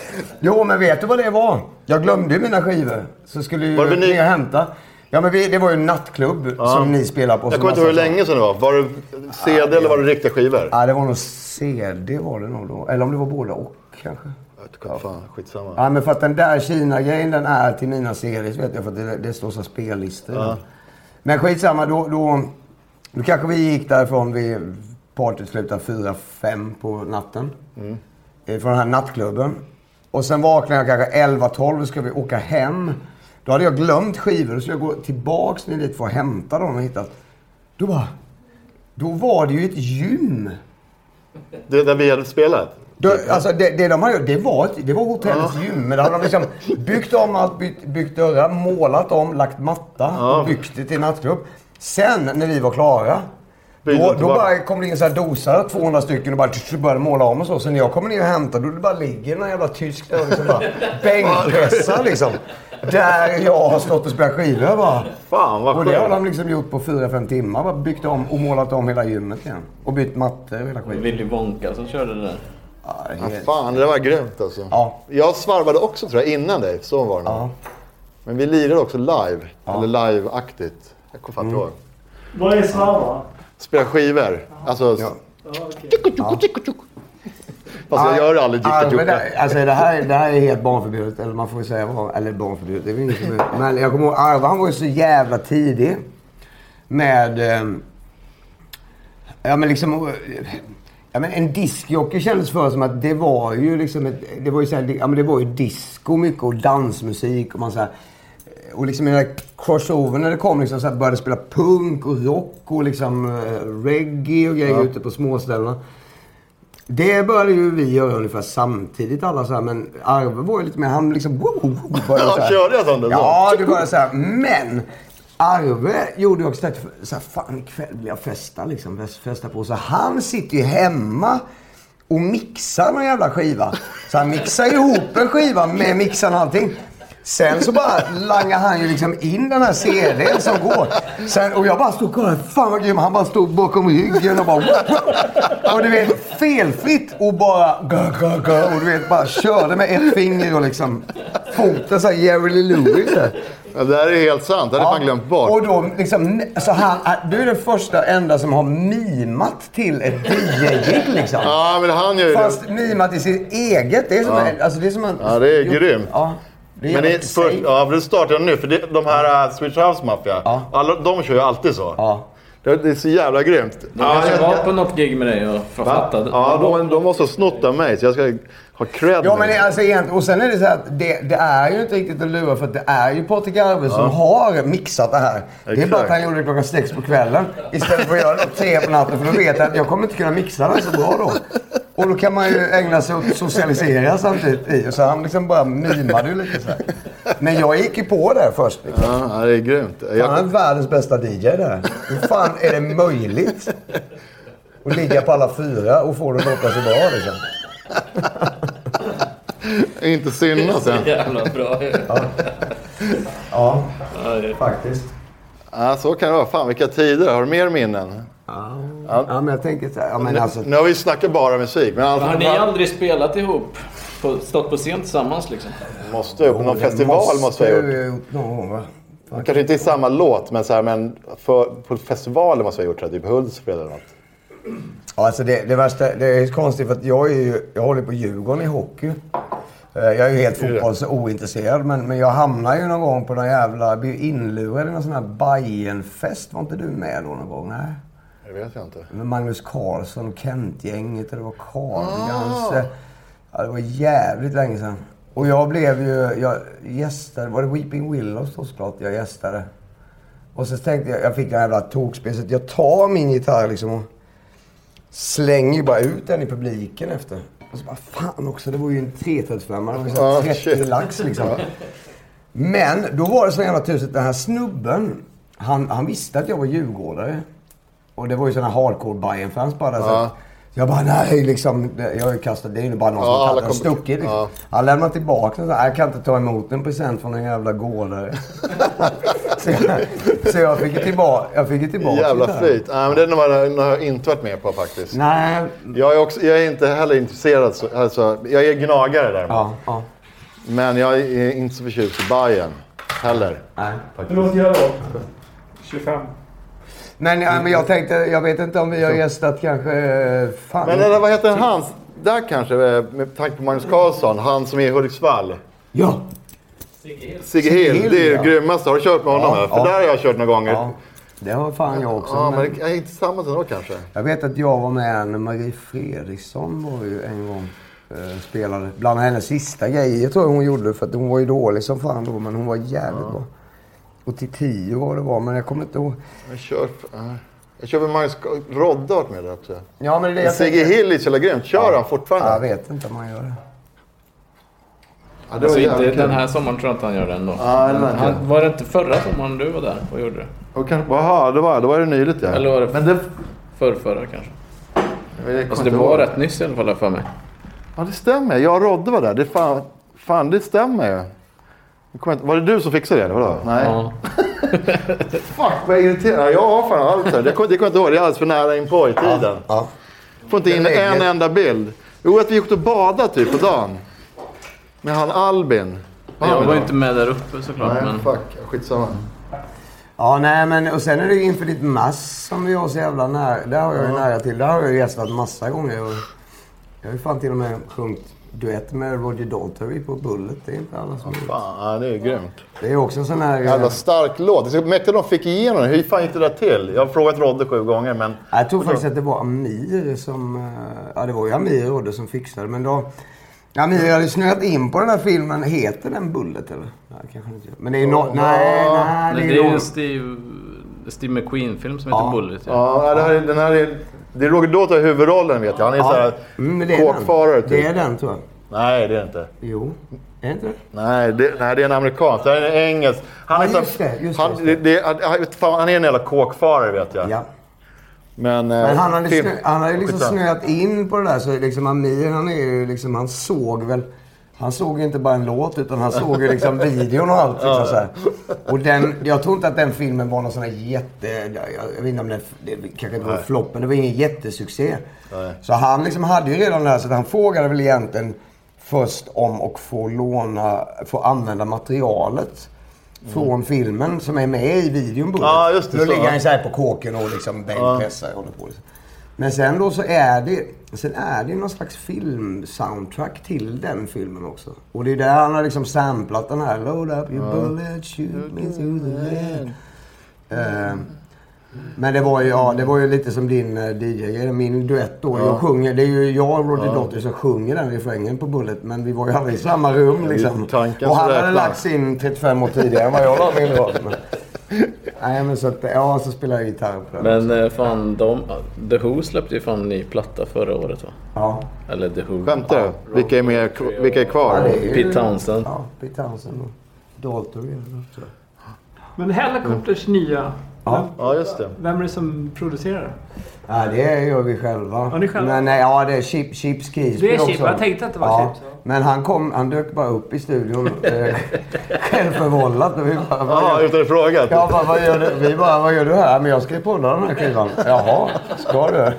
Jo, men vet du vad det var? Jag glömde ju mina skivor. Så skulle ju var det ner och hämta. Ja, men vi, det var ju en nattklubb ja. som ni spelade på. Jag kommer inte ihåg hur länge sedan det var. Var det C D ja, eller var det riktiga skivor? Ja, det var nog C D var det nog då. Eller om det var båda och kanske. Jag vet inte, fan, skitsamma. Ja, men för att den där Kina-grejen den är till mina series vet jag. För att det, det står så spellistor. Ja. Men skitsamma, då, då, då kanske vi gick därifrån vid partyt slutade fyra, fem på natten. Mm. Från den här nattklubben. Och sen vaknade jag kanske elva, tolv och ska vi åka hem. Då hade jag glömt skivor och så jag gå tillbaks ner dit för att hämta dem och hittat. Då bara, då var det ju ett gym. Det där vi hade spelat? Då, alltså det, det de hade det var, ett, det var hotellets ja. gym. Men då hade de liksom byggt om allt, byggt, byggt dörrar, målat om, lagt matta ja. och byggt det till nattklubb. Sen när vi var klara, då, då bara kom det in så här dosar, tvåhundra stycken och bara började måla om och så. Så när jag kommer ner och hämtar, då det bara ligger en jävla tysk där och liksom bara bänkpressar liksom. Där jag har stått och spelat skivor bara. Fan vad och det har de liksom gjort på fyra, fem timmar. Bara byggt om och målat om hela gymmet igen. Och bytt mattor och hela skiten. Willy Wonka som körde det där. Ja, helt... ja, fan, det var grymt alltså. Ja. Jag svarvade också tror jag innan dig, så var det. Ja. Men vi lirade också live, ja. eller live-aktigt. Jag kommer fan inte ihåg. Vad är svarva? Spela skivor. Alltså... Ja. Ja, okay. ja. Fast jag gör aldrig jicka-jocka. Alltså det här, det här är helt barnförbjudet. Eller man får säga, eller barnförbjudet. Det är inget som är. Men jag kommer ihåg, Arva han var ju så jävla tidig. Med... Eh, ja men liksom... Ja, men en diskjockey kändes för som att det var ju liksom ett, det var ju så här, ja men det var ju disco mycket och dansmusik och man så här, och liksom den där crossover när det kom liksom så här, började spela punk och rock och liksom uh, reggae och grejer ja. ute på småställena. Det började ju vi göra ungefär samtidigt alla så här, men Arve var ju lite mer, han liksom wow, wow, började så här. Ja, körde jag sånt? Ja, det var så här, men Arve gjorde ju också så här, fan ikväll vill jag festa liksom, festa på. Så han sitter ju hemma och mixar någon jävla skiva. Så han mixar ihop en skiva med mixaren och allting. Sen så bara langar han ju liksom in den här C D:n som går. Sen, och jag bara stod och kollade, fan vad grym. Han bara stod bakom ryggen och bara... Och du vet, felfritt och bara... Och du vet, bara körde med ett finger och liksom... Foten såhär Jerry Lee Lewis. Ja, det här är helt sant, det hade ja. man glömt bort. Och då liksom... Så han, du är den första enda som har mimat till ett D J-gig liksom. Ja, men han gör ju Fast det. mimat i sitt eget. Det är som, ja. en, alltså det är som en... Ja, det är grymt. Ja. Det men det, först, ja, för det startar nu, för det, de här uh, Swedish House Mafia, ja. alla, de kör ju alltid så. Ja. Det, det är så jävla grymt. De kanske ja, var jag, på något gig med dig och författade. Ja, de, de måste ha snott av mig, så jag ska ha cred. Ja, men det, alltså, och sen är det så här att det, det är ju inte riktigt att lura, för att det är ju Patrik Arve ja. som har mixat det här. Exakt. Det är bara att han gjorde det klockan sex på kvällen istället för att göra det tre på natten, för då vet jag att jag kommer inte kunna mixa det så bra då. Och då kan man ju ägna sig åt socialisera samtidigt i. Och så han liksom bara mimade ju lite så här. Men jag gick ju på där först. Liksom. Ja, det är grymt. Jag... Han är världens bästa D J där. Hur fan är det möjligt? Att ligga på alla fyra och få det att låta så bra liksom. Inte synas sen. Jävla bra. Ja, ja faktiskt. Ja, så kan det vara. Fan, vilka tider. Har du mer minnen? Ja, ja. ja men jag tänker så här. Ja, men alltså... Nu har vi snackat bara musik. Men alltså, har ni aldrig spelat ihop? På, stått på scen tillsammans liksom? Måste ju. På någon festival måste, måste vi ha gjort. No, va? Kanske inte i samma låt, men, så här, men för, på festivaler måste vi ha gjort det. Typ Hultsfred eller något. Ja, alltså det, det värsta, det är konstigt för att jag är ju, jag håller på Djurgården i hockey. Jag är ju helt fotbolls ointresserad, men, men jag hamnar ju någon gång på någon jävla, blir inlurad i någon sån här Bayernfest. Var inte du med då någon gång? Nej. Det vet jag inte. Med Magnus Carlsson och Kent-gänget, och det var Cardigans. Ah. Ja, det var jävligt länge sedan. Och jag blev ju, jag gästade, var det Weeping Willows då såklart jag gästade. Och så tänkte jag, jag fick det här jävla tokspel, så jag tar min gitarr liksom och slänger bara ut den i publiken efter. Och så bara, fan också, det var ju en trettiotvå-femma, det var ju så oh, trettio lax liksom. Men då var det så jävla tuset, den här snubben, han, han visste att jag var djurgårdare. Och det var ju sådana hardcore Bayern-fans bara där, så att jag bara, nej liksom, jag har ju kastat, det är ju bara någon ja, som har stuckit liksom. Ja. Han lämnade tillbaka den, så jag kan inte ta emot en present från en jävla gårdare. så, jag, så jag fick ju tillbaka, jag fick ju tillbaka. Jävla flyt. Nej, men det är nog har jag inte varit med på faktiskt. Nej. Jag är, också, jag är inte heller intresserad, så, alltså, jag är gnagare där. Ja, ja. Men jag är inte så förtjust i Bayern heller. Nej, faktiskt. Hur långt gör det då? tjugofem. Men, ja, men jag tänkte, jag vet inte om vi har gästat kanske... Fan. Men eller, vad heter han? Där kanske, med tanke på Magnus Carlsson, han som är i Hudiksvall. Ja. Sigge Hill, det är ja. grymmaste. Har du kört med honom? Ja, För ja. där har jag kört några gånger. Ja. Det har fan jag också. Ja, men, men det är inte samma som då kanske. Jag vet att jag var med när Marie Fredriksson var ju en gång eh, spelade. Bland hennes sista grejer tror jag hon gjorde, för att hon var ju dålig som fan då, men hon var jävligt ja. bra. Och till tio var det var, men jag kommer inte ihåg. Jag kör, jag kör med Magnus Rodde har med det också. Ja, men det är det Sigge Hill är så grymt. Kör ja. han fortfarande? Jag vet inte om man gör det. Ja, det alltså inte den här sommaren tror jag inte han gör det ändå. Ja, men, han, var det inte förra sommaren du var där och gjorde det? Okay. Jaha, det var, det var det nyligt ja. Eller var det, men det... förrförra kanske? Det alltså det var ihåg. rätt nyss i alla fall för mig. Ja, det stämmer. Jag och Rodde var där. Det fan, fan det stämmer ju. Var det du som fixade det? Vadå? Nej. Ja. Fuck, vad irriterande. Ja, fan allt det. Det kommer jag inte ihåg. Det är alldeles för nära in på i tiden. Ja. Ja. Får inte in en enda bild. Jo, att vi gick och badade typ på dagen. Med han Albin. Jag var, var inte med där uppe såklart. Nej, men... fuck. Skitsamma. Ja, nej, men och sen är det Infinite Mass som vi har så jävla nära. Där har jag ju ja. nära till. Där har jag ju gästat massa gånger. Och jag har ju fan till och med sjungit duett med Roger Daltrey på Bullet. Det är inte alla som ja, fan, det är grymt. Det är också en sån här... Jävla stark låt. Det är så mäktigt att de fick igenom den. Hur fan gick det där till? Jag har frågat Rodde sju gånger, men... Jag tror faktiskt att det var Amir som... Ja, det var ju Amir och Rodde som fixade. Men då... Amir hade snöat in på den här filmen. Heter den Bullet, eller? Nej, kanske inte. Men det är ju no... nej, nej, det är ju en Steve... Steve McQueen-film som ja. heter Bullet. Ja, ja det här är, den här är... Det är Roger Daltrey i huvudrollen, vet jag. Han är ja. så här mm, kåkfarare, typ. Det är den, tror jag. Nej, det är det inte. Jo, är det inte det? Nej, det, nej, det är en amerikansk. Det är en engelsk. Han är, ja, just det, just han, det, det, det, fan, han är en jävla kåkfarare, vet jag. Ja. Men, Men han hade, snö, han hade liksom snöat in på det där. Så liksom Amir, han är ju liksom, han såg väl... Han såg ju inte bara en låt utan han såg ju liksom videon och allt. Liksom, så här. Och den, jag tror inte att den filmen var någon sån här jätte... Jag vet inte om det, det kanske inte var en flopp, men det var ingen jättesuccé. Nej. Så han liksom hade ju redan det här, så han frågade väl egentligen först om att få låna, få använda materialet mm. från filmen som är med i videon. Ja, just det. Då ligger han så här på kåken och liksom bänkpressar och håller på. Liksom. Men sen då så är det, sen är det någon slags film-soundtrack till den filmen också. Och det är där han har liksom samplat den här Load up your bullet, shoot me through the land. Uh, men det var ju, ja, det var ju lite som din uh, D J, min duett då. Ja. Jag sjunger, det är ju jag och Roddy ja. Dotter som sjunger den refrängen på Bullet. Men vi var ju aldrig i samma rum liksom. Och han hade lagt in trettiofem år tidigare än vad jag la min då. Nej, men så att, ja, så spelar jag gitarr på den. Men eh, fan, de, The Who släppte ju fan en ny platta förra året, va? Ja. Eller The Who. Skämtar du? Ja, vilka är med, vilka är kvar? Ja, är Pete Townsend. Ja, Pete Townsend och Dalton. Men Helicopters mm. nya... Ja. ja, just det. Vem är det som producerar? Ja, det gör vi själva. Ja, ni själva? Men nej, ja, det är Chip, Chips Keys. Det är Chip, jag tänkte att det var ja. Chip. Men han kom, han dök bara upp i studion. eh, självförvållat. Och vi bara, ja, utan att fråga. Ja, bara, vad gör du? Vi bara, vad gör du här? Men jag ska podda den här skivan. Jaha, ska du?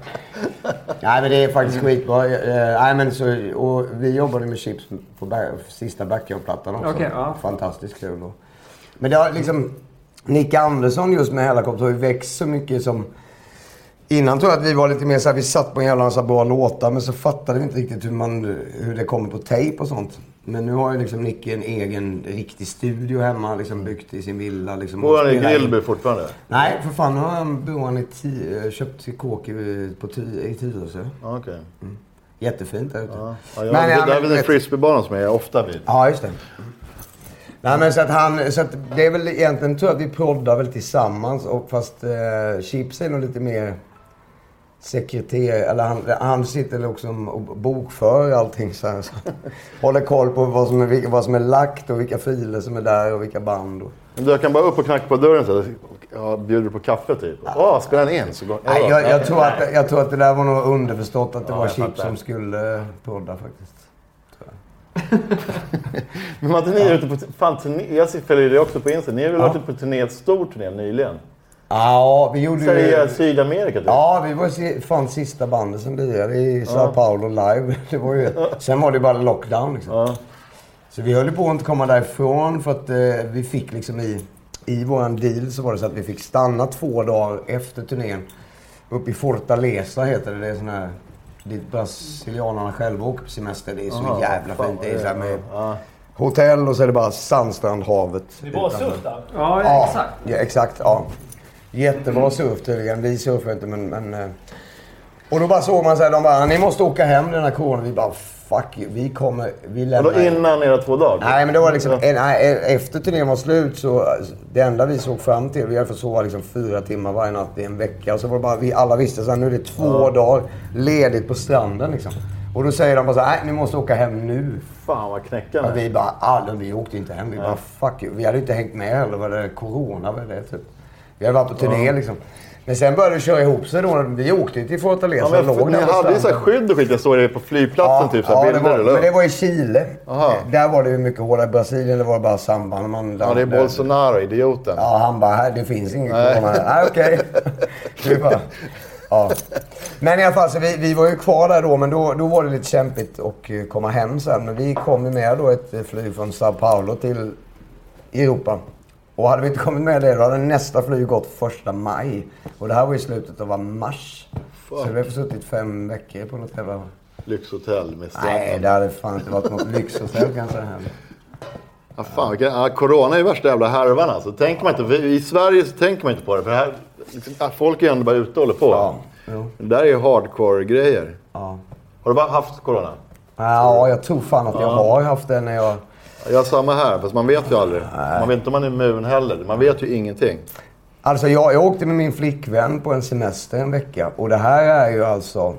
Nej, men det är faktiskt skitbra. Nej, men så, och vi jobbade med Chips på back, sista backyard-plattan också. Okay, ja. Fantastiskt kul då. Men det har liksom... Nick Andersson just med Helicopter har ju växt så mycket som... Innan tror jag att vi var lite mer så här, vi satt på en jävla så bra låtar, men så fattade vi inte riktigt hur, man, hur det kommer på tape och sånt. Men nu har ju liksom Nick en egen riktig studio hemma, liksom byggt i sin villa. Liksom, bor han i Grillby fortfarande? Nej, för fan, nu har han, bor han i tio, köpt sitt kåk i, på tio, i Tyresö. Okej. Okay. Mm. Jättefint där ute. Ja. Ja, jag, men, det, ja, där är väl en frisbeebanan som jag ofta vid. Ja, just det. Nej, men så att han, så att det är väl egentligen, tror jag att vi poddar väl tillsammans, och fast eh, Chips är nog lite mer sekreterare, eller han, han sitter också och bokför allting så här, så håller koll på vad som, är, vad som är lagt och vilka filer som är där och vilka band. Och... Men du kan bara upp och knacka på dörren så jag bjuder på kaffe typ. Åh, ja. oh, spelar den in så går Nej, jag, jag, tror att, jag tror att det där var nog underförstått att det ja, var Chips som skulle podda faktiskt. Men att ni är ute på fan turné, jag följer det också på Insta. Ni har väl ja. varit ute på turné, ett stort turné nyligen? Ja, vi gjorde ju... Sydamerika typ. Ja, vi var fan sista bandet som lirade i Sao ja. Paulo live. Det var ju... Sen var det bara lockdown liksom. Ja. Så vi höll på att inte komma därifrån för att eh, vi fick liksom i, i våran deal så var det så att vi fick stanna två dagar efter turnén. Uppe i Fortaleza heter det, det är sån här... Dit brasilianerna själva åker på semester. Det är så Aha, jävla fan, fint. Det är så här med ja. hotell och så är det bara sandstrandhavet. Det är bara surf där? Ja, ja, exakt. Ja, exakt, ja. Jättebra surf tydligen. Vi surfar inte, men... men och då bara såg man så här, de bara, ni måste åka hem den här kåren. Vi bara, fuck you, vi kommer... Vi lämnar. Och då innan era två dagar? Nej, men det var liksom... En, efter turnén var slut så... Det enda vi såg fram till, vi hade fått sova liksom fyra timmar varje natt i en vecka. Och så var det bara, vi alla visste så här, nu är det två ja. dagar ledigt på stranden liksom. Och då säger de bara så här, nej, ni måste åka hem nu. Fan vad knäckande. Och vi bara, alla, vi åkte inte hem. Vi ja. bara, fuck you. Vi hade inte hängt med heller, var det corona var det typ. Vi hade varit på turné ja. liksom. Men sen började det köra ihop sig då. Vi åkte till Fortaleza. Ja, men, ni hade ju så här skydd och skit. Jag såg det på flygplatsen ja, typ. Så här ja, bilder, det var, eller? men det var i Chile. Aha. Där var det ju mycket hårdare. I Brasilien det var bara samband. Man, ja, det är Bolsonaro, idioten. Ja, han bara, det finns inget corona. Nej, okej. Okay. Ja. Men i alla fall, så vi, vi var ju kvar där då. Men då, då var det lite kämpigt att komma hem sen. Men vi kom ju med då ett flyg från Sao Paulo till Europa. Och hade vi inte kommit med det då hade nästa flyg gått första maj. Och det här var i slutet av mars. Fuck. Så vi har suttit fem veckor på något jävla... Lyxhotell med stranden. Nej, det hade fan inte varit något lyxhotell kanske här. Ja, fan, vilken, ja, corona är ju värsta jävla härvan alltså. Tänker man inte, I Sverige så tänker man inte på det. För här, liksom, folk är ändå bara ute och håller på. Ja, det där är ju hardcore-grejer. Ja. Har du bara haft corona? Ja, jag tror fan att jag ja. har haft det när jag... Jag har samma här, fast man vet ju aldrig. Nej. Man vet inte om man är immun heller. Man vet ju ingenting. Alltså jag, jag åkte med min flickvän på en semester en vecka. Och det här är ju alltså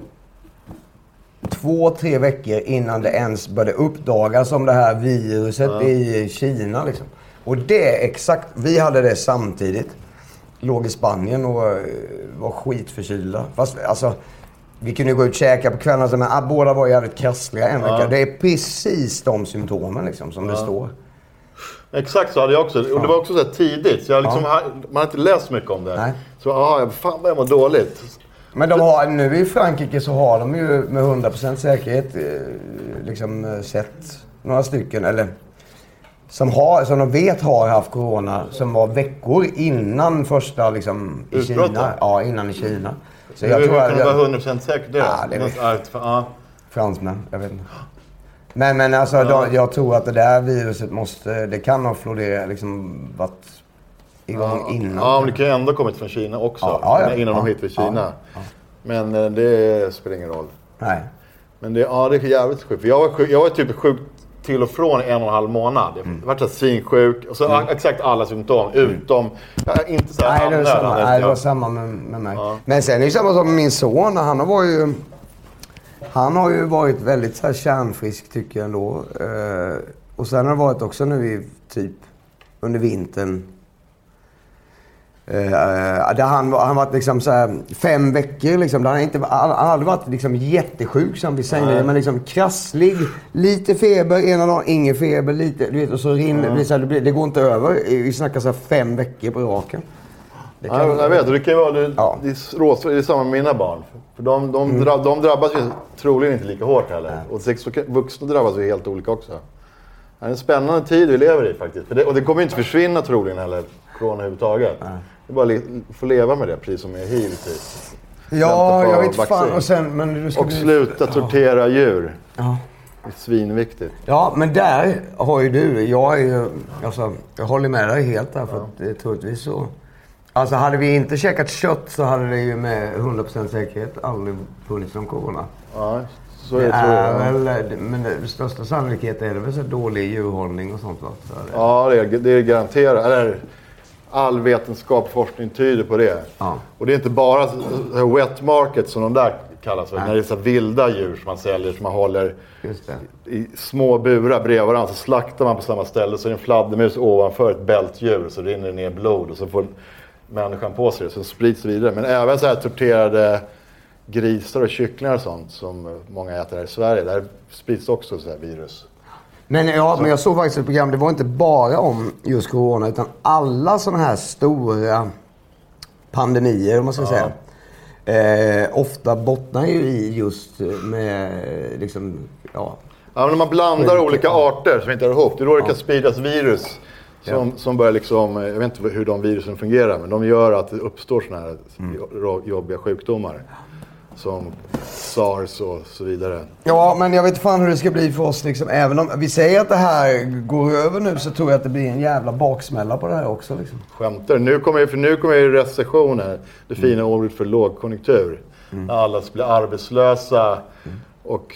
två, tre veckor innan det ens började uppdagas om det här viruset ja. i Kina. Liksom. Och det är exakt, vi hade det samtidigt. Låg i Spanien och var skitförkylda. Fast alltså... vi kunde gå ut och käka på kvällarna, men ah, båda var jävligt krassliga en vecka. Ja. Det är precis de symptomen liksom, som ja. det står. Exakt så hade jag också. Och det var också så här tidigt. Så jag liksom, ja. man har inte läst mycket om det. Nej. Så ja, fan vad jag mår dåligt. Men de har, nu i Frankrike så har de ju med hundra procent säkerhet liksom sett några stycken, eller som, har, som de vet har haft corona, som var veckor innan första liksom, i Utbrott, Kina. Ja, innan i Kina. Så jag tror att det vara hundra procent säkert det. Ja, det är för, ja. Fransmän, jag vet inte. Men, men alltså, ja. då, jag tror att det där viruset måste, det kan ha florerat, liksom varit igång ja. innan. Ja, men det kan ju ändå kommit från Kina också. Ja, ja, ja. Innan ja. de hit till Kina. Ja. Ja. Men det spelar ingen roll. Nej. Men det, ja, det är jävligt sjukt. Jag var, sjuk, jag var typ sjuk till och från en och en halv månad. Jag mm. var så svinsjuk. Och så mm. exakt alla symptom. Mm. Utom, inte så här. Nej, det var samma, nej, det var samma med, med mig. Ja. Men sen är det samma som med min son. Han har ju, han har ju varit väldigt så här kärnfrisk tycker jag ändå. Uh, och sen har det varit också nu i typ under vintern. Uh, där han han varit liksom så här fem veckor liksom, där han inte han hade varit liksom jättesjuk som vi säger, men liksom krasslig, lite feber ena dagen, ingen feber, lite du vet, och så rinner mm. det, så här, det, blir, det går inte över. Vi snackar så här fem veckor på raken. Det kan ja, jag vet, det kan ju vara det, ja. det, är, det är samma med mina barn. För de, de, mm. dra, de drabbas ju troligen inte lika hårt heller. Ja. Och sex, vuxna drabbas ju helt olika också. Det är en spännande tid vi lever i faktiskt. För det, och det kommer inte försvinna troligen heller, corona överhuvudtaget. Ja. Det är bara att få leva med det, precis som är hiv typ. Ja, jag vet fan. Och, sen, men du ska och bli... sluta tortera ja. djur. Ja. Det är svinviktigt. Ja, men där har ju du, jag är ju, alltså, jag håller med dig helt där, för ja. att det är troligtvis så. Alltså hade vi inte käkat kött så hade det ju med hundra procent säkerhet aldrig funnits som corona. Ja, så är det, det tror jag. Är väl, men det största sannolikhet är det väl så dålig djurhållning och sånt va? Så det... Ja, det är, det är garanterat. Eller, all vetenskap och forskning tyder på det. Ja. Och det är inte bara wet market som de där kallas. När det är så vilda djur som man säljer, som man håller Just det. i små burar bredvid varandra. Så slaktar man på samma ställe, så är det en fladdermus ovanför ett bältdjur, så rinner det ner blod och så får människan på sig det, så sprids vidare. Men även så här torterade grisar och kycklingar och sånt som många äter här i Sverige, där sprids också så här virus. Men, ja, men jag såg faktiskt ett program, det var inte bara om just corona, utan alla sådana här stora pandemier, om man ska ja. säga. Eh, ofta bottnar ju i just med liksom, ja. Ja, men när man blandar olika arter som inte hör ihop, det är då det kan spridas virus. Som, ja. som börjar liksom, jag vet inte hur de virusen fungerar, men de gör att det uppstår såna här mm. jobbiga sjukdomar. Som SARS och så vidare. Ja, men jag vet fan hur det ska bli för oss liksom. Även om vi säger att det här går över nu, så tror jag att det blir en jävla baksmälla på det här också liksom. Skämtar, nu kommer för nu kommer ju recessioner, det fina mm. ordet för lågkonjunktur. Mm. Alla blir arbetslösa mm. och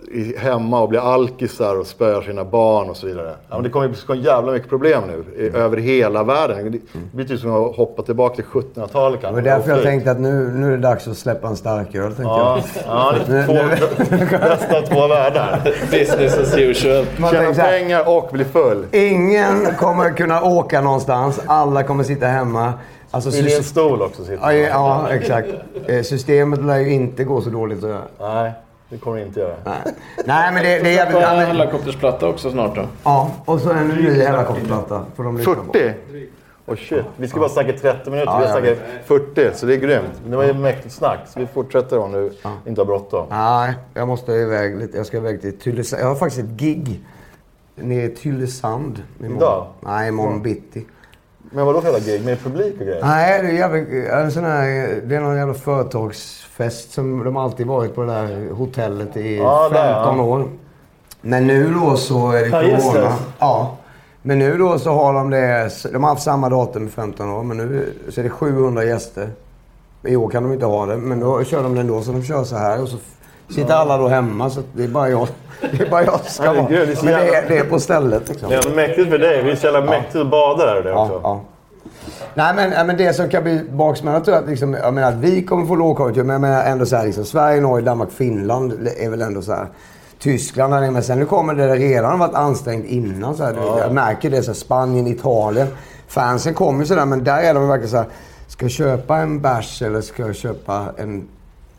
hemma och blir alkisar och spöar sina barn och så vidare. Ja, men det kommer att bli jävla mycket problem nu mm. över hela världen. Det blir typ som att hoppa tillbaka till sjuttonhundratalet. Det var därför jag tänkte att nu, nu är det dags att släppa en starköl. Ja, ja, det är två, nästan två världar. Business as usual. Tjäna pengar och bli full. Ingen kommer kunna åka någonstans. Alla kommer sitta hemma. Alltså, I din stol också sitter. Ja, ja, exakt. Systemet lär ju inte gå så dåligt. Så. Nej. Det kommer inte göra. Nej, Nej men det, det är jävligt... Det är en helikoptersplatta också snart då. Ja, och så en ny helikoptersplatta. För de fyrtio? Åh oh shit, vi ska ja. bara snacka trettio minuter, ja, vi har snackat fyrtio, så det är grymt. Det var ju mäktigt snack, så vi fortsätter om du ja. inte har bråttom. Nej, jag måste iväg lite. Jag ska iväg till Tylösand. Jag har faktiskt ett gig nere i Tylösand. Idag? Nej, imorgon ja. bitti. Men vadå för jävla gig? Med publik och grejer? Nej, det är, jävligt, en sån här, det är någon jävla företagsfest som de alltid varit på det där hotellet i ja, femton där, ja. år. Men nu då så är det corona. Ja, ja. Men nu då så har de det, de har haft samma datum i femton år, men nu så är det sjuhundra gäster. I år kan de inte ha det, men då kör de den då, så de kör så här och så sitter alla då hemma, så det är bara jag. Det är bara jag som ska vara. Men det är, det är på stället. Liksom. Det är mäktigt för dig. Vi är så jävla mäktigt att bada där och det också. Ja, ja. Nej, men, men det som kan bli baksmälla tror jag att, liksom, jag menar, att vi kommer få lågkonjunktur. Men jag menar ändå så här, liksom, Sverige, Norge, Danmark, Finland är väl ändå så här. Tyskland där, men sen nu kommer det redan varit ansträngt innan. Så här, ja. Jag märker det, så här, Spanien, Italien. Fansen kommer ju sådär, men där är de verkligen så här. Ska jag köpa en bärs eller ska jag köpa en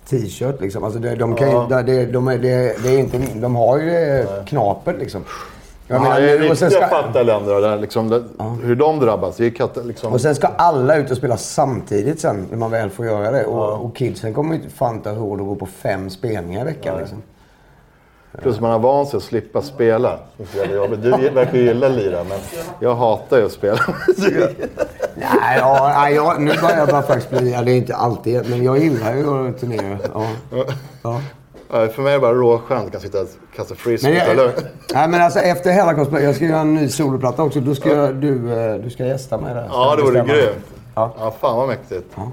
t-shirt liksom. Alltså det, de, kan Ja. ju, det, de, är, det, det är inte, de har ju det knapet liksom. Jag Ja, menar, det är nu- och sen riktiga ska, fattiga länder där, liksom, det, hur de drabbas. Det är katt, liksom... och sen ska alla ut och spela samtidigt sen när man väl får göra det. Och, Ja. och kidsen kommer ju inte fan ta råd att gå på fem spelningar i veckan liksom. Plus man har vant sig att slippa spela. Du verkar ju gilla lira, men jag hatar ju att spela. Nej, ja, nej jag, nu börjar jag bara faktiskt bli... Ja, det är inte alltid, men jag gillar ju att turnera. Ja. Ja. Ja, för mig är det bara råskönt att kan sitta och kasta frisbee. Men, Men jag, nej, men alltså efter hela konspirationen, jag ska göra en ny soloplatta också. Då ska jag, du, eh, du ska gästa mig där. Ja, det vore Bestämma. grymt. Ja. Ja, fan vad mäktigt. Ja.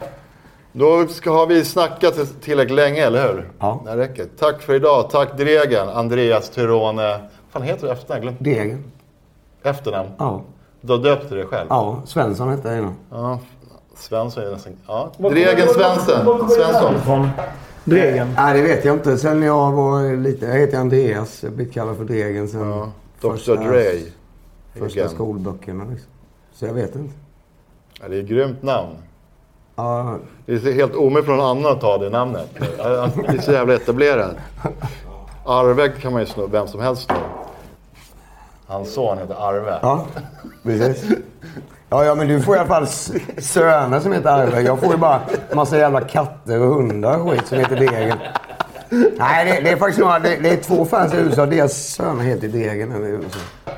Då ska, har vi snackat tillräckligt länge, eller hur? Ja. Det räcker. Tack för idag. Tack Dregen, Andreas Tyrone. Vad fan heter du efternamn? Glöm. Degen. Efternamn? Ja. Du har döpt dig själv? Ja, Svensson hette jag innan. Ja. Svensson är nästan... Ja. Var- Dregen var- Svensson. var- var- var- Svensson. Från Dregen. Nej, det vet jag inte. Sen jag var lite... Jag heter Andreas. Jag blev kallad för Dregen sen Ja. första, doktor Dre. första Egen. skolböckerna liksom. Så jag vet inte. Ja, det är ett grymt namn. Ja, Det är helt omöjligt för någon annan att ta det namnet. Det är så jävla etablerat. Arve kan man ju slå vem som helst nu. Hans son heter Arve. ja precis. Ja, ja, men du får i alla fall s- söner som heter Arve. Jag får ju bara massa jävla katter och hundar och skit som heter Degen. Nej, det, det är faktiskt några... Det, det är två fans i U S A. Deras söner heter Degen eller U S A.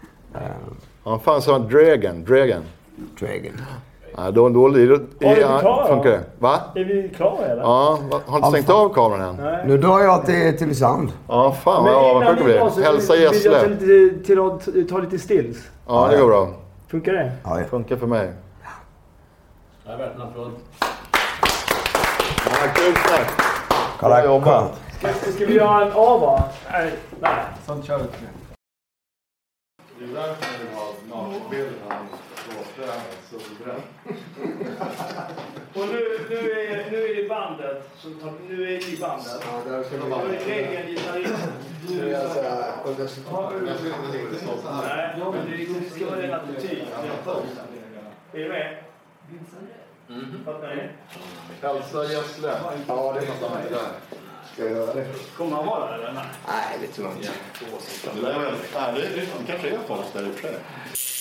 Han fan sa Dragon. Dragon. Degen. Ja, då, då, då, Ja, är vi ja, klara då? funkar det? Va? Är vi klara eller? Ja, va- har du inte stängt av kameran än? Nej. Nu drar jag till Tylösand. Ja, fan vad Men innan avundsjuk jag vi drar så blir. Hälsa vill- vill jag Gessle. ta lite- till att ta lite stills. Ja, det går bra. Funkar det? Ja, ja. Funkar för mig. Det är värt en applåd. Ja, kul snack. Kolla, Bra jobbat. Ska, ska vi göra en ava? Nej, nej. Sånt kör vi inte. Det är därför jag vill ha nakenbilden när han råtränar solbränd. Och nu, nu, är, nu är det bandet. Som tar, nu är det i bandet. Ja, där ska Nu är det Dregen, gitarristen. Du är så här. Nej, men det är- det ska vara en attityd. Är du med? Fattar ni? Hälsa Gessle. Ja, det är någonstans där. Ska jag göra det? Kommer han vara där eller? Nej. Nej, det tror jag inte. Det där är väldigt... Nej, det är- det kanske är folk där i och för sig.